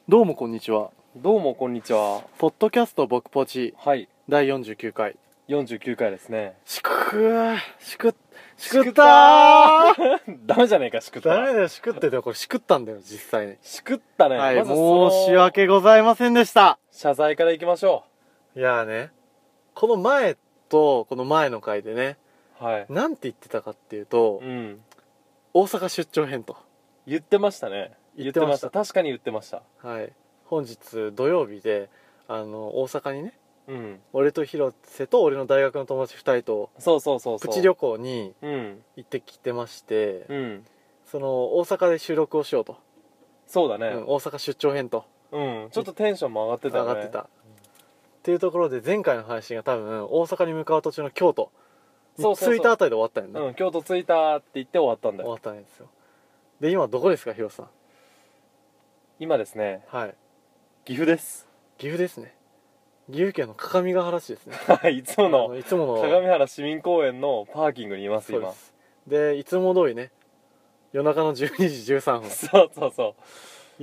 どうもこんにちは。 どうもこんにちは。 ポッドキャスト僕ポチはい、 第49回。 49回ですね。 しくったーダメじゃねえか、しくったら。 ダメだよ、しくっててこれしくったんだよ、実際に。 しくったね。 はい、 まずその申し訳ございませんでした。 謝罪からいきましょいやーね、この前とこの前の回でね、 う。はい。 なんて言ってたかっていうと、 うん。 大阪出張編と。 言ってましたね。 言ってました確かに言ってました。 はい。本日土曜日で、大阪にね、 うん。 俺と広瀬と俺の大学の友達2人と、 そう。 プチ旅行にうん。 行ってきてまして、 うん。 その大阪で収録をしようと、 そうだね。 大阪出張編とうん。ちょっとテンションも上がってたよね。 上がってた、っていうところで前回の配信が多分大阪に向かう途中の京都にそう着いたあたりで終わったんよね、 うん。京都着いたって言って終わったんだ終わよ。 ったんですよ。で今どこですか、広瀬さん。 今ですね、 はい、 岐阜です。 岐阜ですね。岐阜県の各務原市ですね。 はい、いつものいつもの鏡原市民公園のパーキングにいます、今。 そうです。でいつも通りね、夜中の12時13分。 そう。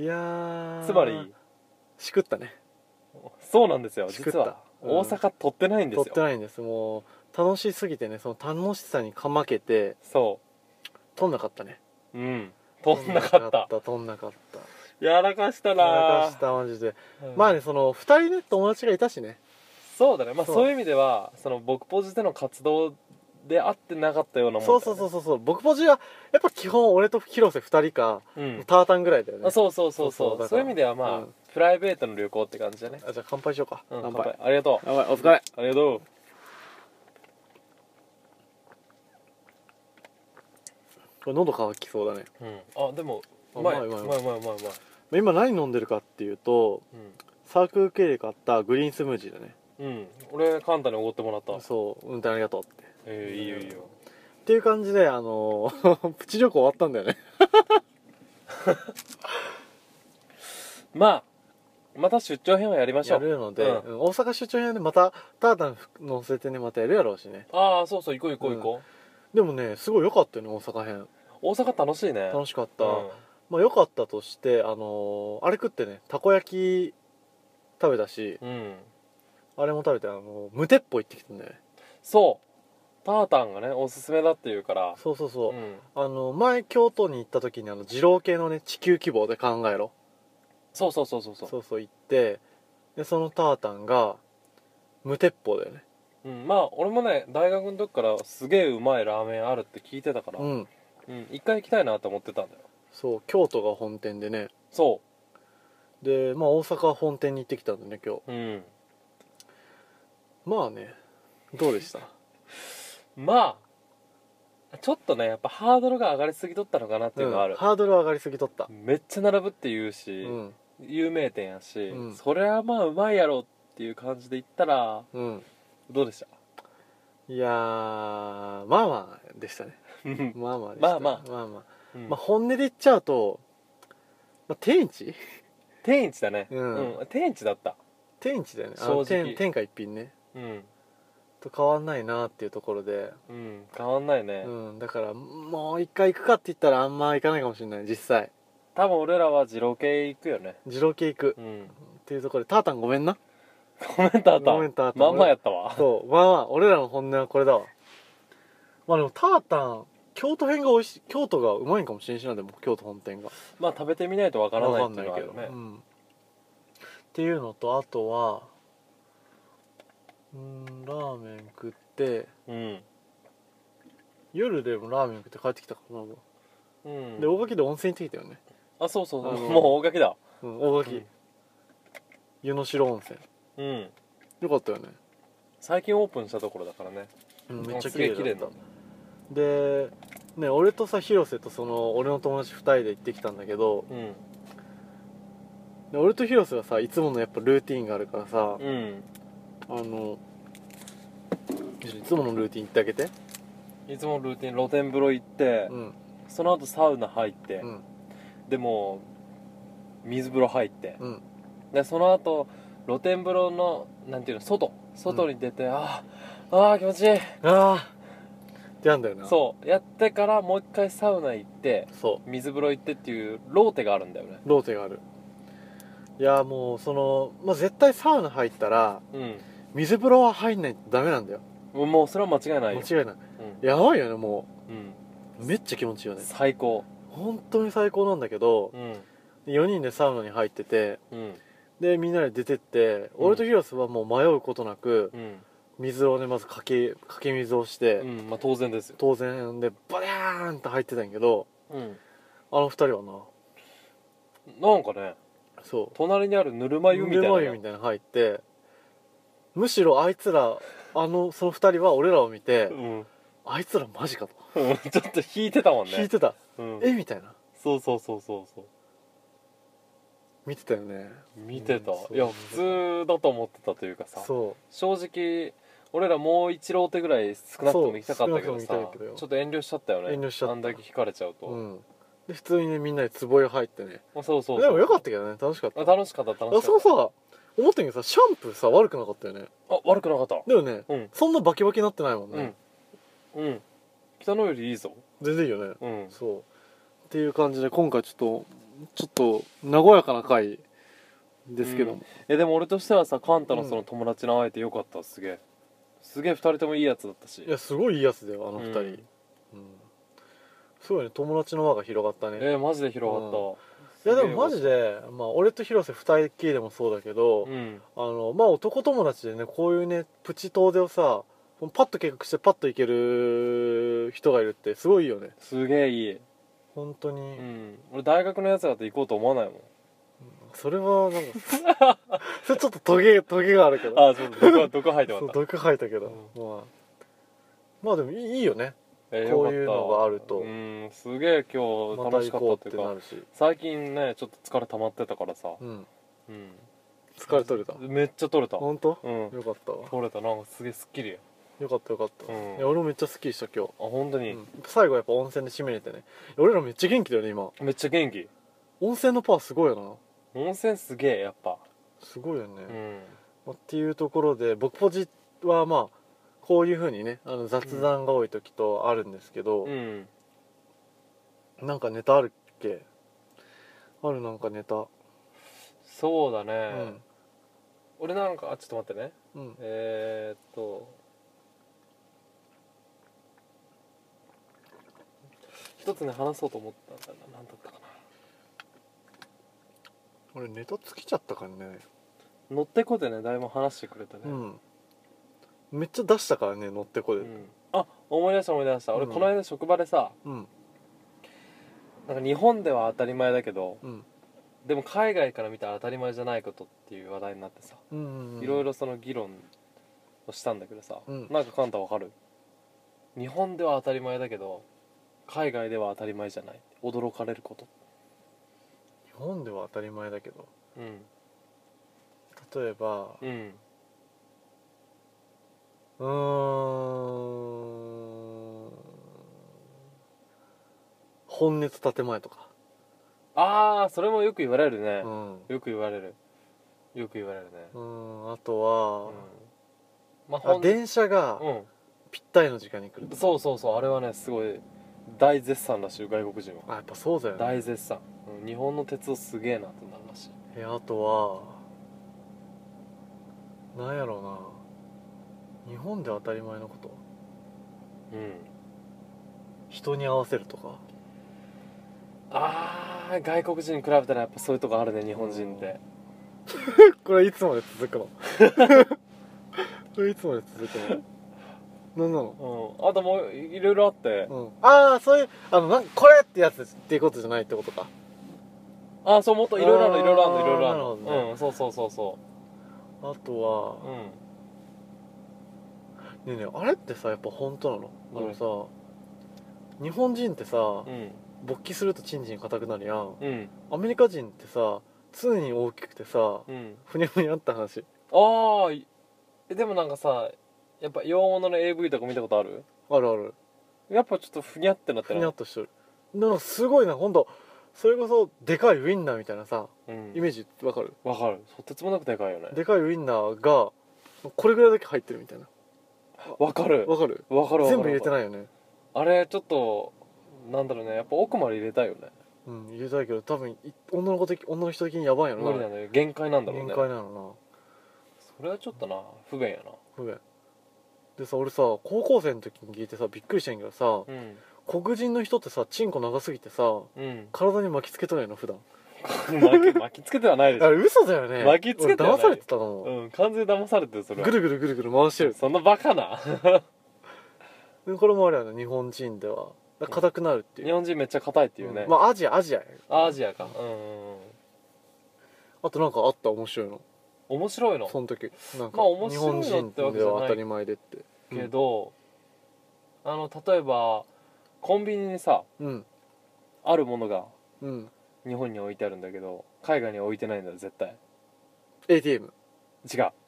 いやー、 つまりしくったね。 そうなんですよ。 しくった実は大阪撮ってないんですよ。 撮ってないんです。もう楽しすぎてね、その楽しさにかまけてそ撮んなかったね。 う。うん。撮んなかった。 撮んなかった。 やらかしたやならかしたマジで、 うんまあね、その2人ね友達がいたしね。 そうだね。まあそうそういう意味ではその僕ポジでの活動であってなかったようなもんだよね。 そう僕ポジはやっぱ基本俺と広瀬2人か、 うん。 タータンぐらいだよね。 あ、そうそうだからそういう意味ではまあ、 うんプライベートの旅行って感じだね。 じゃあ乾杯しようか。 うん、 乾乾杯。ありがとう。 やばい、お疲れ。 ありがとこれ喉乾きそうだね。 う。うん。あ、でもあうまい。 うまいうまい。 今何飲んでるかっていうと、サークル系で買ったグリーンスムージーだね。 うん。うん。俺カンタにおごってもらった。 そう、運転ありがとうって。 いいよ。 っていう感じでプチ旅行終わったんだよね。 また出張編はやりましょやう。 るので、 うん大阪出張編でまたタータン乗せてね、またやるやろうしね。 ああ、そう行こう。 でもね、すごい良かったよね、大阪編。 大阪楽しいね。 楽しかった。 うんまあ良かったとして、あれ食ってね、たこ焼き食べたし、 うん。 あれも食べて、無鉄砲行ってきたんだよね。 そうタータンがねおすすめだっていうから。 そう、 うん。 前京都に行った時に二郎系のね、地球規模で考えろ。 そうそう行って、で、そのタータンが、無鉄砲だよね。 うん。まあ俺もね大学の時からすげえうまいラーメンあるって聞いてたから、 うん。 一回行きたいなと思ってたんだよ。 そう、京都が本店でね。 そで、まあ大阪本店に行ってきたんでね、今日。 う。うん。 まあね、どうでした？ まあちょっとねやっぱハードルが上がりすぎとったのかなっていうのがある。 ハードル上がりすぎとった。 めっちゃ並ぶって言うし、 うん。 有名店やし、 うんそれはまあうまいやろっていう感じで言ったらうん。 どうでした？ いやー、まあまあでしたね。まあまあでした。 まあまあ本音で言っちゃうと、まあ、天一天一だね。 うん天一だった。 天一だよね。 正直天下一品ね。 うんと変わんないなっていうところで。 変わんないね。 だから、もう一回行くかって言ったらあんま行かないかもしれない、実際。 多分俺らは二郎系行くよね。 二郎系行く。っていうところで、タータンごめんな。 ごめんタータン。 ごめんタータンまんまやったわ。 そう、まあまあ、俺らの本音はこれだわ。まあでも、タータン、京都編が美味しい、京都がうまいんかもしれんしな、でも、京都本店が。 まあ食べてみないとわからないっていうのはあるよね。 っていうのと、あとは、ラーメン食って、夜でもラーメン食って帰ってきたかな、で、大垣で温泉行ってきたよね。 あ、そうもう大垣だ。 大垣。湯の城温泉。よかったよね。 最近オープンしたところだからね。 めっちゃ綺麗だった。 すげえ綺麗だ。 で、ね、俺とさ、広瀬と俺の友達2人で行ってきたんだけど、で俺と広瀬はさ、いつものやっぱルーティンがあるからさ、いつものルーティン言ってあげて。 いつもルーティン、露天風呂行って、その後サウナ入って、でも水風呂入って、でその後露天風呂のなんていうの外に出て、ああ気持ちいいってやんだよな。 そうやってからもう一回サウナ行って、 そう水風呂行ってっていうローテがあるんだよね。 ローテがある。 いやもう絶対サウナ入ったら水風呂は入んないとダメなんだよ。 もうそれは間違いないよ。 間違いない、やばいよねもう、めっちゃ気持ちいいよね。 最高。 本当に最高なんだけど、4人でサウナに入ってて、でみんなで出てって、俺と広瀬はもう迷うことなく、水をねまずかけ水をして、 まあ当然ですよ。 当然でバリャーンって入ってたんやけど、あの二人はなんかね、そう隣にあるぬるま湯みたいなの入って、むしろあいつらその二人は俺らを見て、あいつらマジかとちょっと引いてたもんね。 引いてた、みたいな。 そう見てたよね。 見てた、いや普通だと思ってたというかさ、正直俺らもう1ローテぐらい少なくとも行きたかったけどさ、ちょっと遠慮しちゃったよね。 遠慮しちゃった。 あんだけ引かれちゃうと、 で普通にねみんなで壺湯入ってね。 そうでもよかったけどね、楽しかった。 楽しかった。 そうさ、思ったけどさ、シャンプーさ悪くなかったよね。 悪くなかった。 だよね、そんなバキバキになってないもんね。 北のよりいいぞ。 全然いいよね。そうっていう感じで、今回ちょっと和やかな回ですけども、 でも俺としてはさ、カンタのその友達の会えてよかった。すげえ2人ともいいやつだったし。 いやすごいいいやつだよあの2人。すごいね、友達の輪が広がったね。マジで広がった。 いやでもマジで、俺と広瀬2人きりでもそうだけど、男友達でねこういうねプチ遠出をさパッと計画してパッと行ける人がいるってすごいよね。 すげえいい本当に。 俺大学のやつだと行こうと思わないもん。 それはなんかそれちょっとトゲがあるけど。 そう毒吐いてました。 毒吐いたけど、まあでもいいよね、こういうのがあると。 すげえ今日楽しかったっていうか、最近ねちょっと疲れ溜まってたからさ、 疲れ取れた。 めっちゃ取れた。 本当？よかったわ。 取れた。なんかすげえすっきり。 よかった。いや俺もめっちゃすっきりした今日。 本当に。 最後やっぱ温泉で締めれてね。俺らめっちゃ元気だよね今。 めっちゃ元気。 温泉のパワーすごいよな。温泉すげえやっぱすごいよね。っていうところで、僕ポジはこういう風にね雑談が多い時とあるんですけど、なんかネタあるっけ？なんかネタ。 そうだね、俺なんかちょっと待ってね、一つね話そうと思ったんだな。何だったかな。 俺ネタ尽きちゃったからね。 乗ってこでねだいぶ話してくれたね。 めっちゃ出したからね乗ってこで。 思い出した。俺この間職場でさ、なんか日本では当たり前だけど、でも海外から見たら当たり前じゃないことっていう話題になってさ、いろいろその議論をしたんだけどさ、なんかカンタわかる？日本では当たり前だけど海外では当たり前じゃない、驚かれること。 日本では当たり前だけど、例えば、本熱建前とか。 それもよく言われるね。よく言われるね。 あとは、電車がぴったりの時間に来る。 そうあれはねすごい大絶賛らしい、外国人は。 やっぱそうだよね。 大絶賛。日本の鉄道すげえなってなるらしい。 あとはなんやろうな、日本で当たり前のこと。人に合わせるとか。 外国人に比べたらやっぱそういうとこあるね、日本人って。 これいつまで続くの？これいつまで続くの？なんなの？ あともういろいろあって、 そういうこれってやつっていうことじゃないってことか。 そう、もっといろいろある。 なるほどね。 そう。 あとは、ねえねえ、あれってさやっぱ本当なの？さ、日本人ってさ、勃起するとチンチン硬くなるやん。アメリカ人ってさ常に大きくてさ、ふにゃふにゃって話。 でもなんかさ、やっぱ洋物の AV とか見たことある？ ある。やっぱちょっとふにゃってなってる。 ふにゃっとしてる。なんかすごいな、ほんとそれこそでかいウインナーみたいなさ、イメージわかる？ わかる。とてつもなくでかいよね。 でかいウインナーがこれぐらいだけ入ってるみたいな。 わかる。 全部入れてないよね。 あれちょっとなんだろうね、やっぱ奥まで入れたいよね。 言いたいけど多分女の人的にやばいやろな。 無理なんだよ、限界なんだろうね。 限界なのそれはちょっとな不便やな。 不便でさ、俺さ高校生の時に聞いてさびっくりしたんやけどさ、黒人の人ってさチンコ長すぎてさ、体に巻きつけとるやの普段。 巻きつけてはないでしょ。 あれ嘘だよね。 巻きつけてはない。 騙されてたの。 完全に騙されてる。それはぐるぐるぐるぐる回してる。 そんなバカな。 これもあれやね、日本人では硬くなるっていう。 日本人めっちゃ硬いっていうね。 まあアジアか。 あとなんかあった面白いの。 面白いのその時なんか日本人では当たり前でってけど、例えばコンビニにさ、あるものが日本に置いてあるんだけど海外には置いてないんだよ絶対。 ATM。 違う。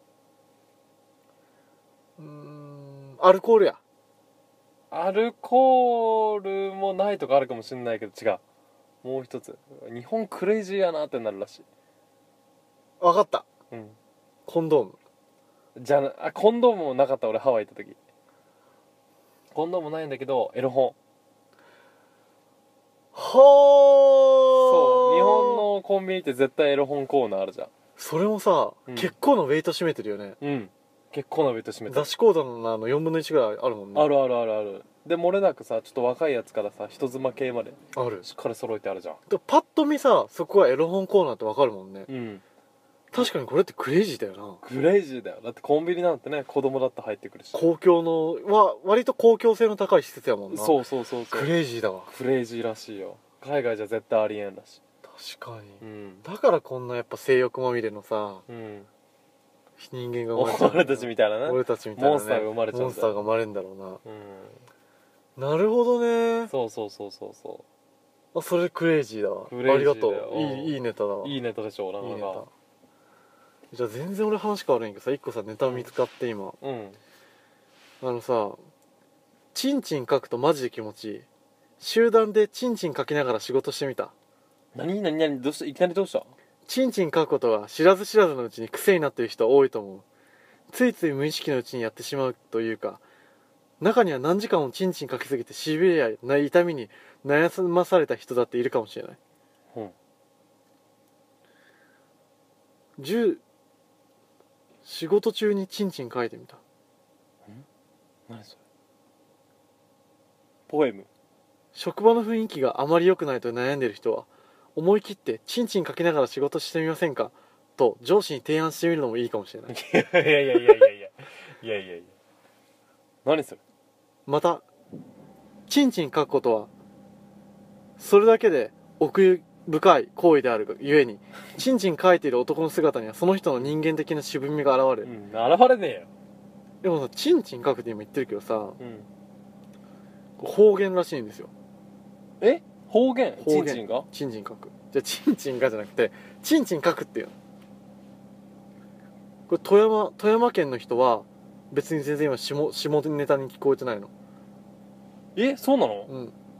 アルコールや。 アルコールもないとかあるかもしれないけど違う。もう一つ、日本クレイジーやなってなるらしい。 分かった。コンドーム。 コンドームもなかった。俺ハワイ行った時コンドームないんだけどエロ本。そう、日本のコンビニって絶対エロ本コーナーあるじゃん。 それもさ、結構のウェイト占めてるよね。 結構なウェイト占めてる。 雑誌コーナーの4分の1ぐらいあるもんね。 ある。で漏れなくさ、ちょっと若いやつからさ人妻系まである。 しっかり揃えてあるじゃん。 パッと見さ、そこはエロ本コーナーってわかるもんね。確かにこれってクレイジーだよな。 クレイジーだよ。だってコンビニなんてね、子供だって入ってくるし、 公共の割と公共性の高い施設やもんな。 そうクレイジーだわ。 クレイジーらしいよ。海外じゃ絶対ありえんらしい。 確かに、だからこんなやっぱ性欲まみれのさ、人間が生まれちゃう。 俺たちみたいなね。 俺たちみたいなね。 モンスターが生まれちゃう。 モンスターが生まれるんだろうな。なるほどね。 そう。 それクレイジーだわ。ありがとう。いいネタだわ。 いいネタでしょ。 いいネタ。じゃあ全然俺話変わるんやけどさ、一個さネタ見つかって今。さ、チンチン書くとマジで気持ちいい。集団でチンチン書きながら仕事してみた。 何どうした、いきなりどうした？ チンチン書くことが知らず知らずのうちに癖になっている人は多いと思う。ついつい無意識のうちにやってしまうというか、中には何時間もチンチン書きすぎてしびれや痛みに悩まされた人だっているかもしれない。仕事中にチンチン書いてみた。 何それ？ポエム？ 職場の雰囲気があまり良くないと悩んでいる人は、思い切ってチンチン書きながら仕事してみませんかと上司に提案してみるのもいいかもしれない。 いや何それ。 またチンチン書くことはそれだけで奥深い行為であるがゆえに、チンチン書いている男の姿にはその人の人間的な渋みが現れる。 現れねえよ。 でもさ、チンチン書くって今言ってるけどさ、方言らしいんですよ。 方言？チンチンが？ チンチン書く。じゃあチンチンがじゃなくてチンチン書くっていうの。これ富山県の人は別に全然今下ネタに聞こえてないの。 そうなの？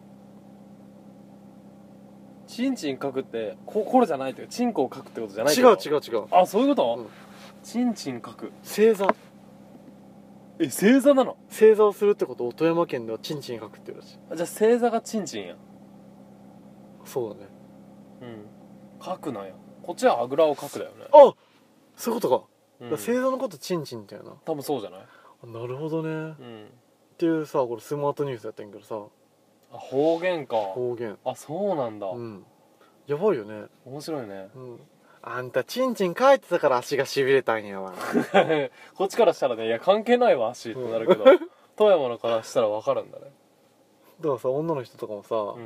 チンチン書くってこれじゃないっていうか、チンコを書くってことじゃない？違う。 あ、そういうこと？チンチン書く。 正座。 正座なの？ 正座をするってことを富山県ではチンチン書くっていうらしい。 じゃあ正座がチンチンや。 そうだね。 書くなよ。こっちはあぐらを書くだよね。 あ、そういうことか。正座のことチンチンっていうな。 多分そうじゃない？ なるほどね。っていうさ、これスマートニュースやったんやけどさ。 方言か。 方言。 そうなんだ。 やばいよね。 面白いね。 あんたチンチン書いてたから足がしびれたんやわ。 こっちからしたらね、いや関係ないわ足ってなるけど、富山のからしたら分かるんだね。 だからさ、女の人とかもさ、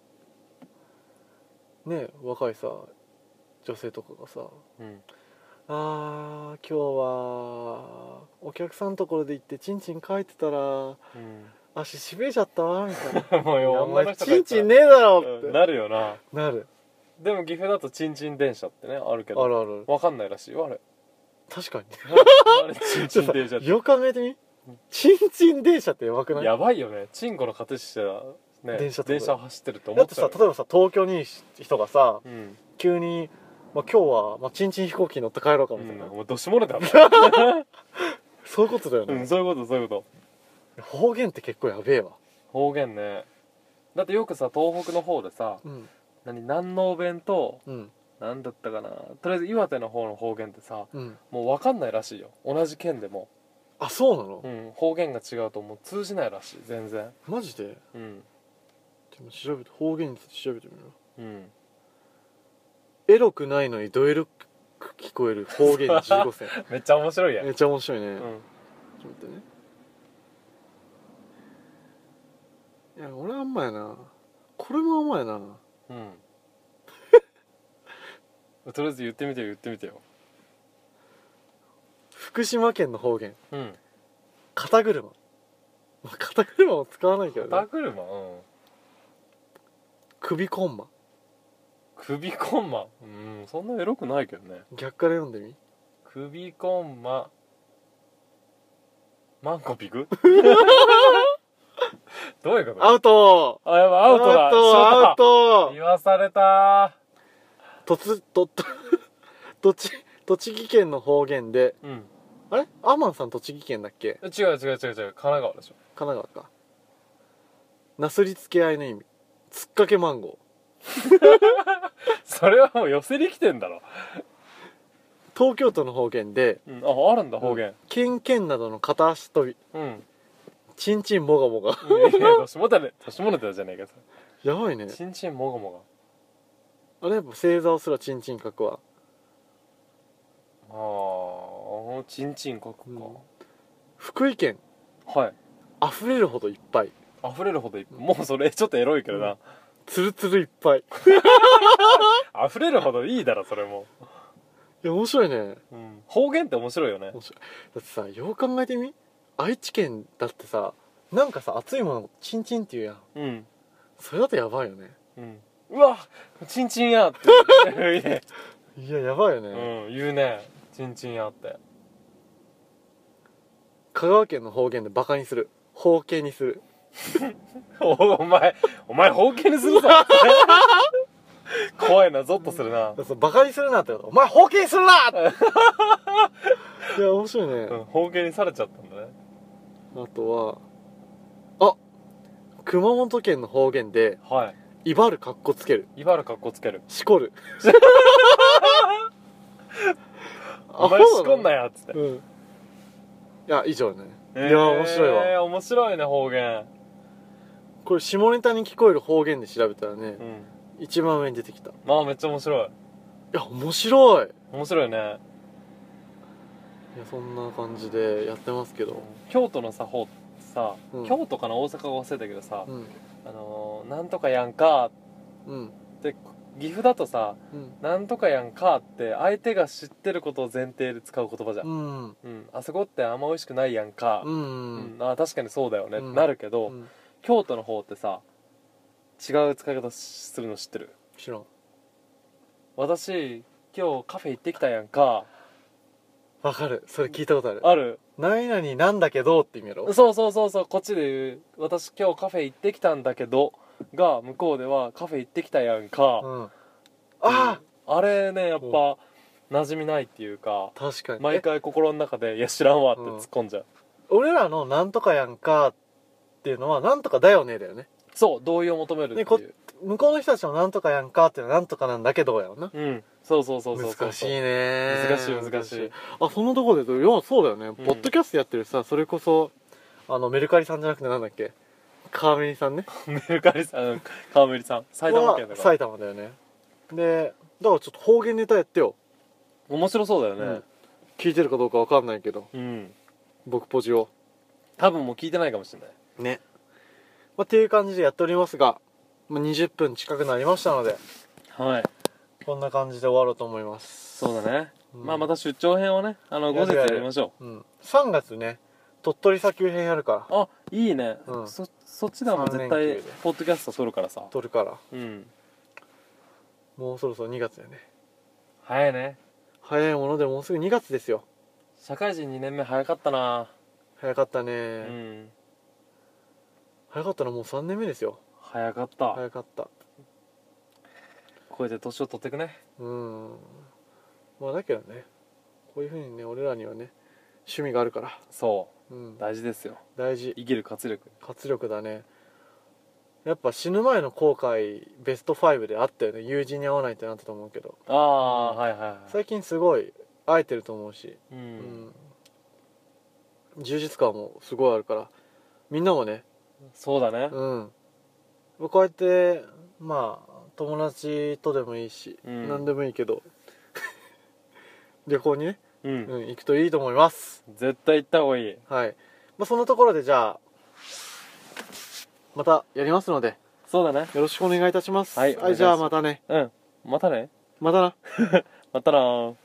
ね、若いさ女性とかがさ、今日はお客さんのところで行ってチンチン書いてたら、足しびれちゃったわみたいな。もうお前チンチンねえだろってなるよな。 なる。 でも岐阜だとチンチン電車ってねあるけど、 ある分かんないらしいよあれ。 確かに。 あれチンチン電車ってよく考えてみ。チンチン電車ってやばくない？ やばいよね。チンコの形してね、電車走ってるって思ってたよね。 だってさ、例えばさ東京にいる人がさ、急に今日はチンチン飛行機に乗って帰ろうかみたいな。 もうどしもれだろ。 そういうことだよね。 そういうこと。 方言って結構やべえわ。 方言ね。だってよくさ東北の方でさ、 南濃弁と、 うん、 なんだったかな、とりあえず岩手の方の方言ってさ、 うん、 もう分かんないらしいよ、同じ県でも。 あ、そうなの？ うん、方言が違うともう通じないらしい、全然。 マジで？ うん。 でも方言について調べてみようん。 う。エロくないのにドエロく聞こえる方言15選。 めっちゃ面白いやん。 めっちゃ面白いね。 うん。 ちょっと待ってね。いや、俺あんまやな。これもあんまやな。 うん。とりあえず言ってみてよ、言ってみてよ。 福島県の方言。 うん。 肩車。肩車も使わないけどね。 肩車、うん。 首コンマ。 首コンマ。うん、そんなエロくないけどね。 逆から読んでみ。 首コンマ。マンコピクどういうこと？ アウト。 あ、やばい、アウトだ。 アウト。 言わされた。 栃木県の方言で、 うん。 あれアマンさん栃木県だっけ？ 違う、神奈川でしょ。 神奈川か。なすりつけ合いの意味。つっかけマンゴそれはもう寄せに来てんだろ。 ー。東京都の方言で、 うん、あ、あるんだ、方言。 ケンケンなどの片足跳び。 うん。 チンチンもがもが。 いや、年もネタじゃねえか、そやばいねれ。。ちんちんもごもあれやっぱ正座をすらチンチン書くわ。 が。ああ、ちんちん書くか。 福井県。 はい。 溢れるほどいっぱい。 溢れるほどいっぱい。もうそれちょっとエロいけどな。 つるつるいっぱい。い溢れるほどいいだろ、それも。 や、面白いね。 うん。方言って面白いよね。 面白い。だってさ、よう考えてみ。愛知県だってさ、なんかさ、熱いものチンチンって言うやん。 うん。 それだとやばいよね。 うん。うわちんちんやって言うね。 いや、やばいよね。 うん、言うね。ちんちんやって。 香川県の方言でバカにする。方形にする。 お前方形にするぞ。怖いな、ゾッとするな。 そうバカにするなってこと。お前方形にするないや、面白いね。 うん、方形にされちゃったんだね。 あとは、あ、熊本県の方言で、 はい。 威張るかっこつける。 威張る格好つける。 しこる。 お前しこんなやっつって。 うん。いや、以上ね。いや、面白いわ。 面白いね、方言。 これ下ネタに聞こえる方言で調べたらね、 うん。 一番上に出てきた。いまあめっちゃ面白い。 や、面白い。 面白いね。 いや、そんな感じでやってますけど。 京都のさ、方さ、 うん京都かな大阪か忘れたけどさ、 うん。 なんとかやんかうん。 って岐阜だとさ、 うん。 なんとかやんかって相手が知ってることを前提で使う言葉じゃん。 うん。 うん、あそこってあんま美味しくないやんか。 ううんん。 あ確かにそうだよね、 うんってなるけど、 うん京都の方ってさ違う使い方するの知ってる？ 知らん。 私今日カフェ行ってきたやんか。 わかる。それ聞いたことある。 ある。 何々なんだけどって意味やろ。 そうこっちで言う私今日カフェ行ってきたんだけどが向こうではカフェ行ってきたやんか、 うん。ああれねやっぱ馴染みないっていうか、 確かに。 毎回心の中で「いや知らんわ」って突っ込んじゃう、 俺らのなんとかやんかっていうのはなんとかだよねだよね。 そう同意を求めるっていう、 向こうの人たちのなんとかやんかっていうのはなんとかなんだけどやろな。 うんそう難しいね。 難しいあ、そのところで言うと、要はそうだよね。 んポッドキャストやってるさ、それこそ、メルカリさんじゃなくてなんだっけ、川メリさんね。 メルカリさん川メリさん埼玉県だから埼玉だよね。で、だからちょっと方言ネタやってよ。 面白そうだよねうん聞いてるかどうかわかんないけど、 うん、 僕ポジを。 多分もう聞いてないかもしれないね。っていう感じでやっておりますが、20分近くなりましたので、 はいこんな感じで終わろうと思います。 そうだね、 うんまあまた出張編をね後日やりましょうん。3月ね、鳥取砂丘編やるから。 あいいね、 うんそっちでも絶 3連対休でポッドキャスト撮るからさ撮るから。 うんもうそろそろ2月やね。 早いね。 早いものでもうすぐ2月ですよ。 社会人2年目早かったな。 早かったね、 うん早かったのもう3年目ですよ。 早かった、 早かった。 こうやって年を取ってくね。 まあだけどね、こういうふうにね、俺らにはね趣味があるから、 そう大事ですよ、 大事。 生きる活力。 活力だね。 やっぱ死ぬ前の後悔ベスト5であったよね。友人に会わないってなったと思うけど、 ああ、はいはいはい。 最近すごい会えてると思うし、充実感もすごいあるから、みんなもね。 そうだね。 こうやってまあ友達とでもいいし、何でもいいけど旅行にね、行くといいと思います。 絶対行った方がいい。 はい。そのところでじゃあまたやりますので、 そうだね。 よろしくお願いいたします。 はい、 じゃあまたね。 またね。 またな。 またな。